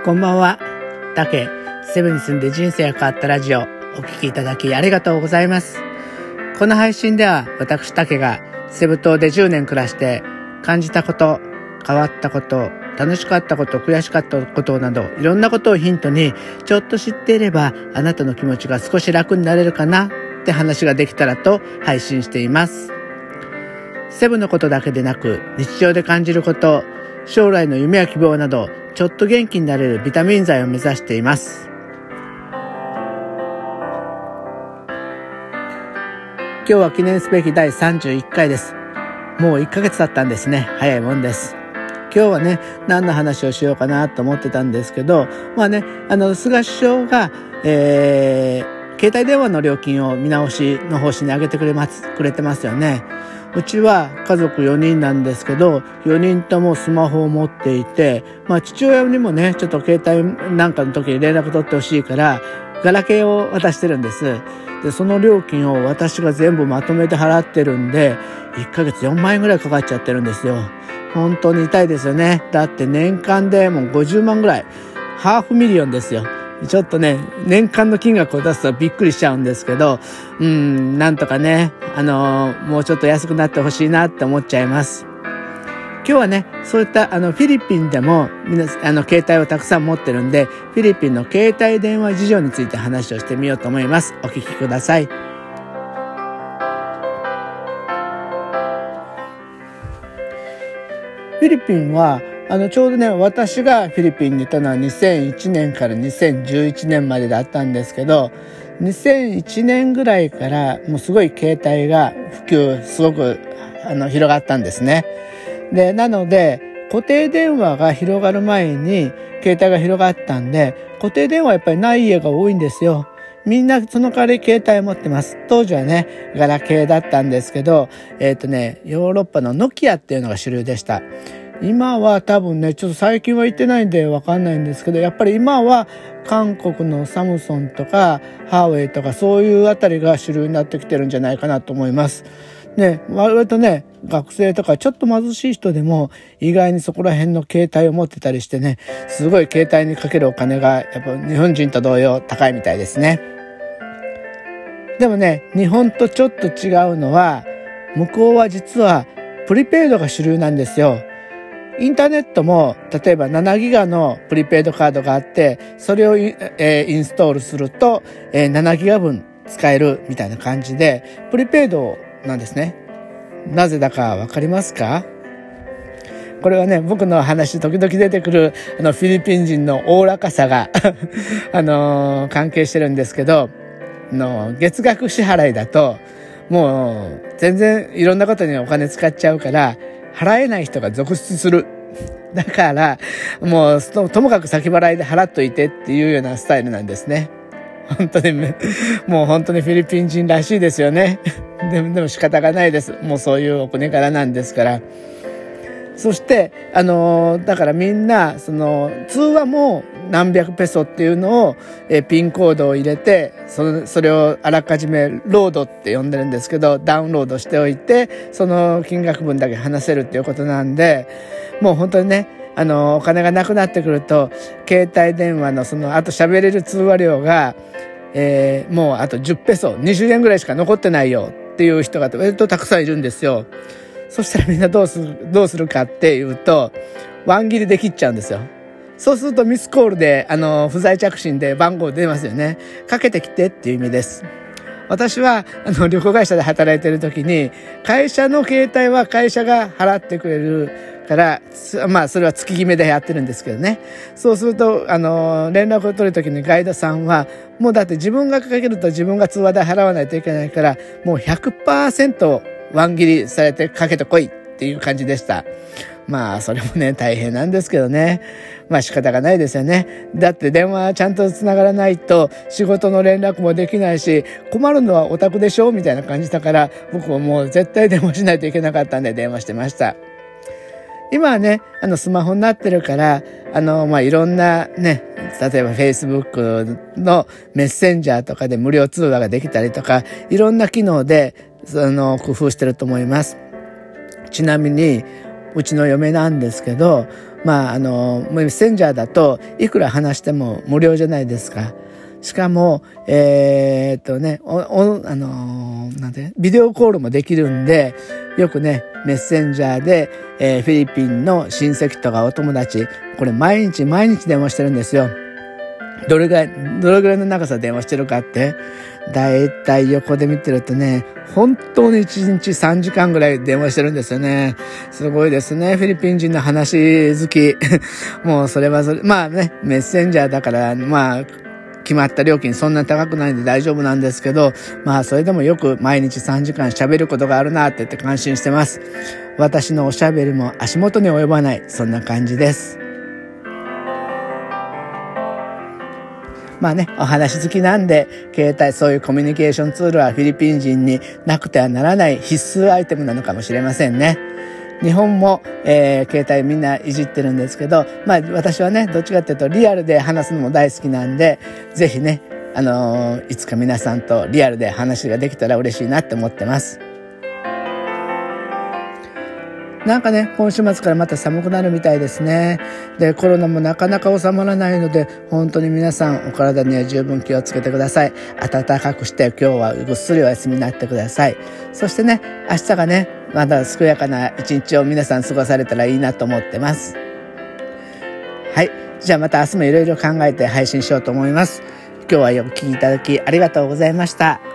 こんばんは。タケ、セブンに住んで人生が変わったラジオ、お聞きいただきありがとうございます。この配信では私タケがセブ島で10年暮らして感じたこと、変わったこと、楽しかったこと、悔しかったことなどいろんなことをヒントにちょっと知っていればあなたの気持ちが少し楽になれるかなって話ができたらと配信しています。セブのことだけでなく日常で感じること、将来の夢や希望などちょっと元気になれるビタミン剤を目指しています。今日は記念すべき第31回です。もう1ヶ月経ったんですね。早いもんです。今日はね、何の話をしようかなと思ってたんですけど、菅首相が、携帯電話の料金を見直しの方針に上げてくれてますよね。うちは家族4人なんですけど、4人ともスマホを持っていて、父親にもね、ちょっと携帯なんかの時に連絡取ってほしいから、ガラケーを渡してるんです。で、その料金を私が全部まとめて払ってるんで、1ヶ月4万円ぐらいかかっちゃってるんですよ。本当に痛いですよね。だって年間でもう50万ぐらい、500,000,000ですよ。ちょっとね、年間の金額を出すとびっくりしちゃうんですけど、なんとかね、もうちょっと安くなってほしいなって思っちゃいます。今日はね、そういったフィリピンでも携帯をたくさん持ってるんで、フィリピンの携帯電話事情について話をしてみようと思います。お聞きください。フィリピンはちょうどね、私がフィリピンにいたのは2001年から2011年までだったんですけど、2001年ぐらいからもうすごい携帯が普及すごく広がったんですね。で、なので固定電話が広がる前に携帯が広がったんで、固定電話はやっぱりない家が多いんですよ。みんなその代わり携帯を持ってます。当時はね、ガラケーだったんですけど、ヨーロッパのノキアっていうのが主流でした。今は多分ね、ちょっと最近は行ってないんでわかんないんですけど、やっぱり今は韓国のサムソンとかハーウェイとかそういうあたりが主流になってきてるんじゃないかなと思います。ね、割とね、学生とかちょっと貧しい人でも意外にそこら辺の携帯を持ってたりしてね、すごい携帯にかけるお金がやっぱ日本人と同様高いみたいですね。でもね、日本とちょっと違うのは、向こうは実はプリペイドが主流なんですよ。インターネットも例えば7ギガのプリペイドカードがあって、それをインストールすると7ギガ分使えるみたいな感じでプリペイドなんですね。なぜだかわかりますか？これはね、僕の話時々出てくるフィリピン人のおおらかさが関係してるんですけど、月額支払いだともう全然いろんなことにお金使っちゃうから払えない人が続出する。だからもうともかく先払いで払っといてっていうようなスタイルなんですね。もう本当にフィリピン人らしいですよね。でも仕方がないです。もうそういうお国柄なんですから。そしてだからみんな通話も何百ペソっていうのをピンコードを入れて、それをあらかじめロードって呼んでるんですけど、ダウンロードしておいてその金額分だけ話せるっていうことなんで、もう本当にね、お金がなくなってくると携帯電話のあと喋れる通話料がもうあと10ペソ20円ぐらいしか残ってないよっていう人が割とたくさんいるんですよ。そしたらみんなどうするかっていうと、ワン切りで切っちゃうんですよ。そうするとミスコールで不在着信で番号出ますよね。かけてきてっていう意味です。私は旅行会社で働いてる時に、会社の携帯は会社が払ってくれるから、それは月決めでやってるんですけどね。そうすると連絡を取る時にガイドさんはもうだって自分がかけると自分が通話代払わないといけないから、もう 100% ワン切りされてかけてこいっていう感じでした。それもね、大変なんですけどね。仕方がないですよね。だって電話ちゃんとつながらないと仕事の連絡もできないし、困るのはオタクでしょみたいな感じだから、僕はもう絶対電話しないといけなかったんで電話してました。今はね、スマホになってるから、いろんなね、例えば Facebook のメッセンジャーとかで無料通話ができたりとか、いろんな機能で工夫してると思います。ちなみにうちの嫁なんですけど、 メッセンジャーだといくら話しても無料じゃないですか。しかも、ビデオコールもできるんで、よくね、メッセンジャーで、フィリピンの親戚とかお友達、これ毎日電話してるんですよ。どれぐらいの長さ電話してるかって、だいたい横で見てるとね、本当に1日3時間ぐらい電話してるんですよね。すごいですね、フィリピン人の話好き。もうそれはそれ、メッセンジャーだから、決まった料金そんな高くないんで大丈夫なんですけど、それでもよく毎日3時間喋ることがあるなって言って感心してます。私のおしゃべりも足元に及ばない、そんな感じです。お話好きなんで、携帯、そういうコミュニケーションツールはフィリピン人になくてはならない必須アイテムなのかもしれませんね。日本も、携帯みんないじってるんですけど、私はね、どっちかっていうとリアルで話すのも大好きなんで、ぜひね、いつか皆さんとリアルで話ができたら嬉しいなって思ってます。今週末からまた寒くなるみたいですね。で、コロナもなかなか収まらないので、本当に皆さんお体には十分気をつけてください。暖かくして今日はぐっすりお休みになってください。そしてね、明日がね、まだ健やかな一日を皆さん過ごされたらいいなと思ってます。はい。じゃあまた明日もいろいろ考えて配信しようと思います。今日はお聞きいただきありがとうございました。